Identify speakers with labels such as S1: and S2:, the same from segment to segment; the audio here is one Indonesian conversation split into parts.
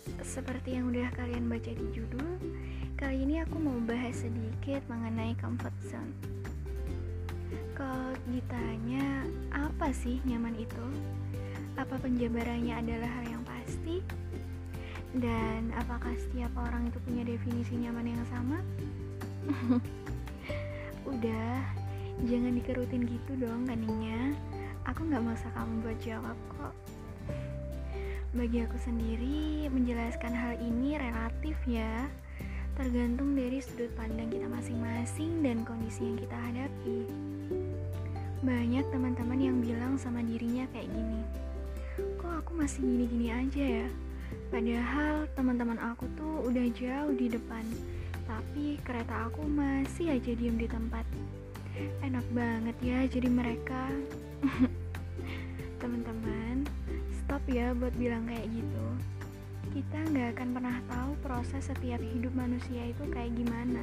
S1: Seperti yang udah kalian baca di judul, kali ini aku mau bahas sedikit mengenai comfort zone. Kalau ditanya, apa sih nyaman itu? Apa penjabarannya adalah hal yang pasti? Dan apakah setiap orang itu punya definisi nyaman yang sama? Udah, jangan dikerutin gitu dong keningnya. Aku gak maksa kamu buat jawab kok. Bagi aku sendiri, menjelaskan hal ini relatif ya, tergantung dari sudut pandang kita masing-masing dan kondisi yang kita hadapi. Banyak teman-teman yang bilang sama dirinya kayak gini, kok aku masih gini-gini aja ya? Padahal teman-teman aku tuh udah jauh di depan, tapi kereta aku masih aja diem di tempat. Enak banget ya jadi mereka. Teman-teman, stop ya buat bilang kayak gitu. Kita gak akan pernah tahu proses setiap hidup manusia itu kayak gimana.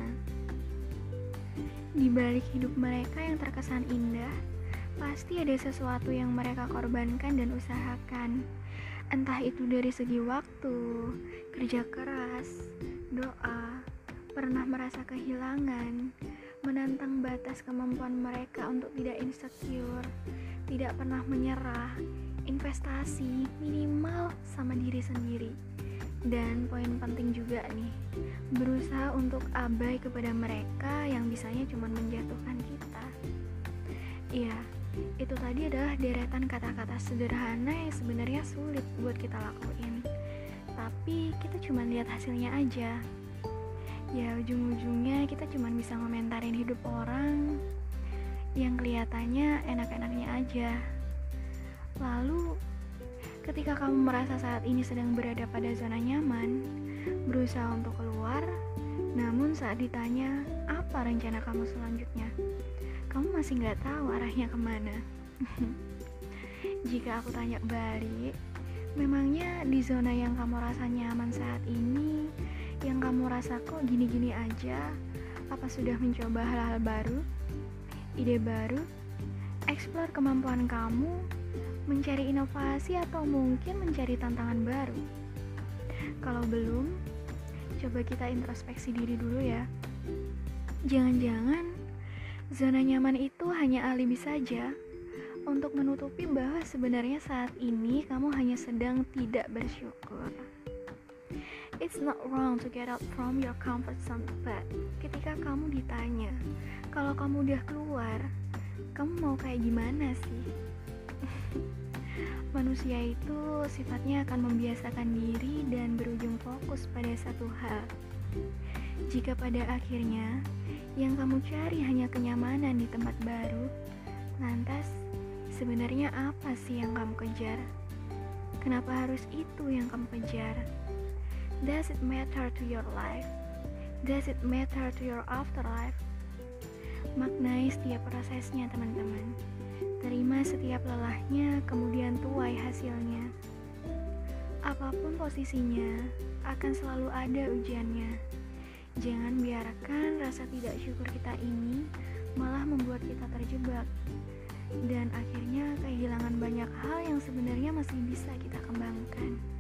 S1: Di balik hidup mereka yang terkesan indah, pasti ada sesuatu yang mereka korbankan dan usahakan. Entah itu dari segi waktu, kerja keras, doa, pernah merasa kehilangan, menantang batas kemampuan mereka untuk tidak insecure, tidak pernah menyerah, investasi minimal sama diri sendiri. Dan poin penting juga nih, berusaha untuk abai kepada mereka yang bisanya cuma menjatuhkan kita. Iya, itu tadi adalah deretan kata-kata sederhana yang sebenarnya sulit buat kita lakuin. Tapi kita cuma lihat hasilnya aja. Ya ujung-ujungnya kita cuma bisa ngomentarin hidup orang yang kelihatannya enak-enaknya aja. Lalu ketika kamu merasa saat ini sedang berada pada zona nyaman, berusaha untuk keluar, namun saat ditanya apa rencana kamu selanjutnya, kamu masih gak tahu arahnya kemana. Jika aku tanya balik, memangnya di zona yang kamu rasa nyaman saat ini, yang kamu rasa kok gini-gini aja, apa sudah mencoba hal-hal baru, ide baru, eksplor kemampuan kamu, mencari inovasi atau mungkin mencari tantangan baru? Kalau belum, coba kita introspeksi diri dulu ya. Jangan-jangan zona nyaman itu hanya alibi saja untuk menutupi bahwa sebenarnya saat ini kamu hanya sedang tidak bersyukur. It's not wrong to get out from your comfort zone, but ketika kamu ditanya, kalau kamu udah keluar, kamu mau kayak gimana sih? Manusia itu sifatnya akan membiasakan diri dan berujung fokus pada satu hal. Jika pada akhirnya yang kamu cari hanya kenyamanan di tempat baru, lantas sebenarnya apa sih yang kamu kejar? Kenapa harus itu yang kamu kejar? Does it matter to your life? Does it matter to your afterlife? Maknai setiap prosesnya teman-teman. Terima setiap lelahnya, kemudian tuai hasilnya. Apapun posisinya, akan selalu ada ujiannya. Jangan biarkan rasa tidak syukur kita ini malah membuat kita terjebak. Dan akhirnya kehilangan banyak hal yang sebenarnya masih bisa kita kembangkan.